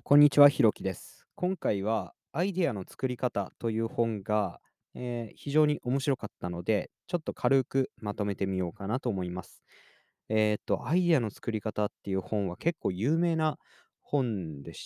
こんにちは、ひろきです。今回はアイデアの作り方という本が、非常に面白かったので、ちょっと軽くまとめてみようかなと思います。アイデアの作り方っていう本は結構有名な本でして、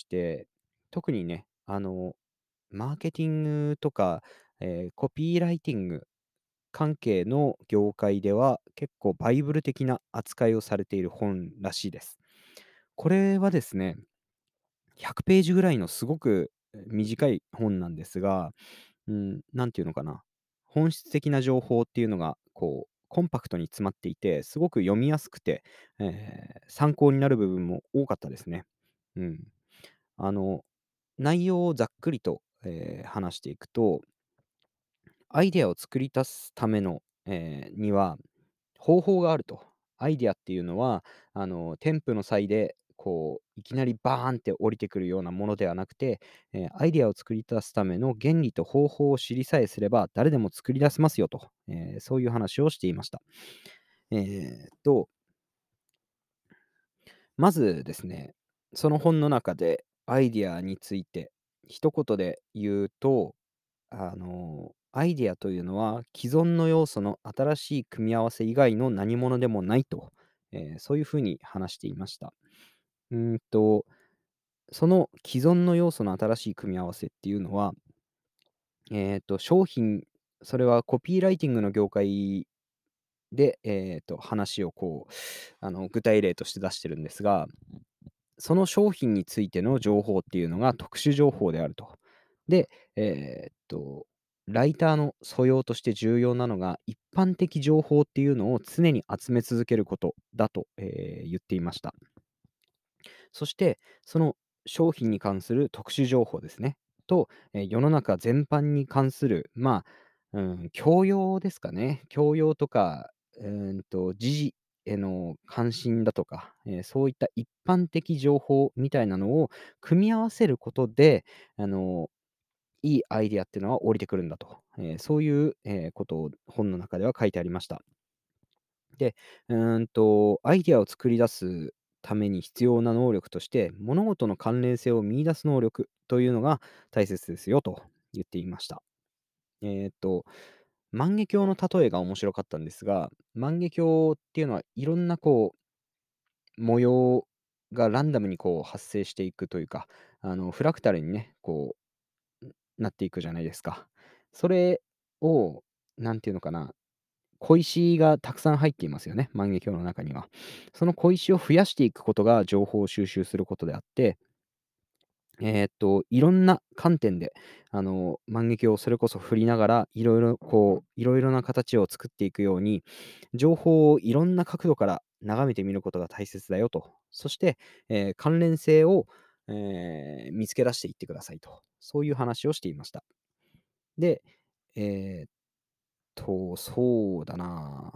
特にね、マーケティングとか、コピーライティング関係の業界では結構バイブル的な扱いをされている本らしいです。これはですね、100ページぐらいのすごく短い本なんですが、なんていうのかな、本質的な情報っていうのが、コンパクトに詰まっていて、すごく読みやすくて、参考になる部分も多かったですね。うん。あの、内容をざっくりと、話していくと、アイデアを作り出すための、には方法があると。アイデアっていうのは、添付の際で、いきなりバーンって降りてくるようなものではなくて、アイデアを作り出すための原理と方法を知りさえすれば、誰でも作り出せますよと、そういう話をしていました。えーっと、まずですね、その本の中でアイデアについて一言で言うと、アイデアというのは既存の要素の新しい組み合わせ以外の何物でもないと、そういうふうに話していました。うーんと、その既存の要素の新しい組み合わせっていうのは、商品、それはコピーライティングの業界で、話を具体例として出してるんですが、その商品についての情報っていうのが特殊情報であると。で、えーっと、ライターの素養として重要なのが、一般的情報っていうのを常に集め続けることだと、言っていました。そして、その商品に関する特殊情報ですね。と、世の中全般に関する、教養ですかね。教養とか、時事への関心だとか、そういった一般的情報みたいなのを組み合わせることで、あの、いいアイデアっていうのは降りてくるんだと。そういう、ことを本の中では書いてありました。で、アイデアを作り出すために必要な能力として、物事の関連性を見出す能力というのが大切ですよと言っていました。えーっと、万華鏡の例えが面白かったんですが、万華鏡っていうのはいろんな模様がランダムに発生していくというか、フラクタルにね、なっていくじゃないですか。それを、なんていうのかな、小石がたくさん入っていますよね、万華鏡の中には。その小石を増やしていくことが情報を収集することであって、いろんな観点で、万華鏡をそれこそ振りながら、いろいろな形を作っていくように、情報をいろんな角度から眺めてみることが大切だよと。そして、関連性を、見つけ出していってくださいと。そういう話をしていました。で、えーそうだな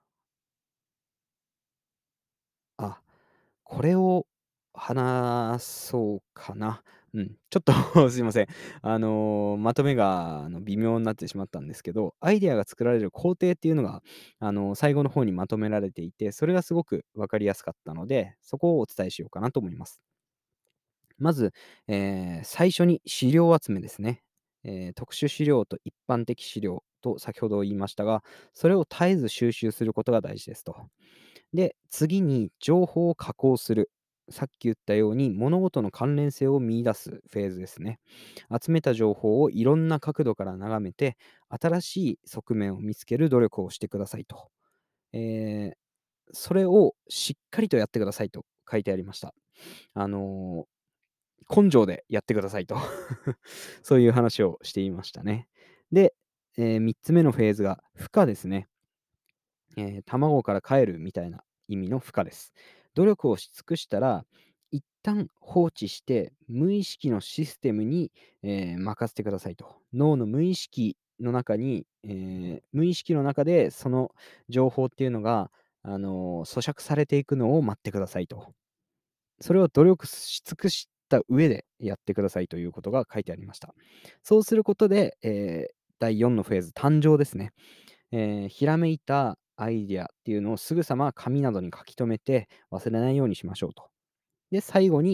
あ。これを話そうかな。ちょっとすいません。まとめが、微妙になってしまったんですけど、アイデアが作られる工程っていうのが、最後の方にまとめられていて、それがすごく分かりやすかったので、そこをお伝えしようかなと思います。まず、最初に資料集めですね。特殊資料と一般的資料と先ほど言いましたが、それを絶えず収集することが大事ですと。で、次に情報を加工する。さっき言ったように物事の関連性を見出すフェーズですね。集めた情報をいろんな角度から眺めて、新しい側面を見つける努力をしてくださいと。えーそれをしっかりとやってくださいと書いてありました。あの根性でやってくださいとそういう話をしていましたね。で、3つ目のフェーズが負荷ですね。卵から帰るみたいな意味の負荷です。努力をし尽くしたら、一旦放置して、無意識のシステムに、任せてくださいと。脳の無意識の中に、無意識の中でその情報っていうのが、咀嚼されていくのを待ってくださいと。それを努力し尽くした上でやってくださいということが書いてありました。そうすることで、第4のフェーズ、誕生ですね。ひらめいたアイディアっていうのをすぐさま紙などに書き留めて忘れないようにしましょうと。で、最後に、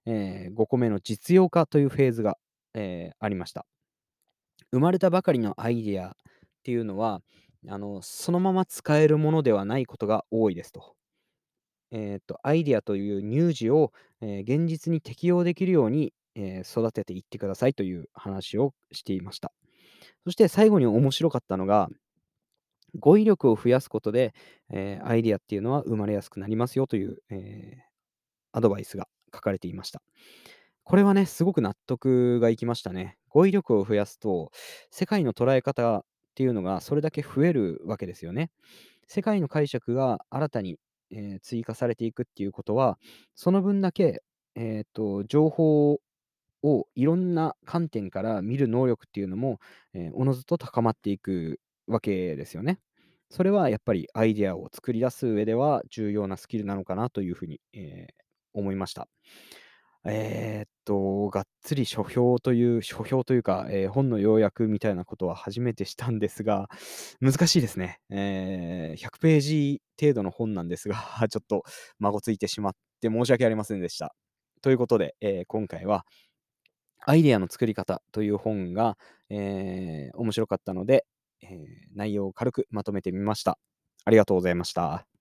5個目の実用化というフェーズが、ありました。生まれたばかりのアイデアっていうのは、そのまま使えるものではないことが多いですと。アイデアという乳児を、現実に適用できるように、育てていってくださいという話をしていました。そして最後に面白かったのが、語彙力を増やすことで、アイデアっていうのは生まれやすくなりますよという、アドバイスが書かれていました。これはね、すごく納得がいきましたね。語彙力を増やすと、世界の捉え方っていうのがそれだけ増えるわけですよね。世界の解釈が新たに、追加されていくっていうことは、その分だけ、情報をいろんな観点から見る能力っていうのも、おのずと高まっていくわけですよね。それはやっぱりアイデアを作り出す上では重要なスキルなのかなというふうに、思いました。がっつり書評というか、本の要約みたいなことは初めてしたんですが、難しいですね。100ページ程度の本なんですが、ちょっとまごついてしまって申し訳ありませんでした。ということで、今回はアイデアの作り方という本が、面白かったので、内容を軽くまとめてみました。ありがとうございました。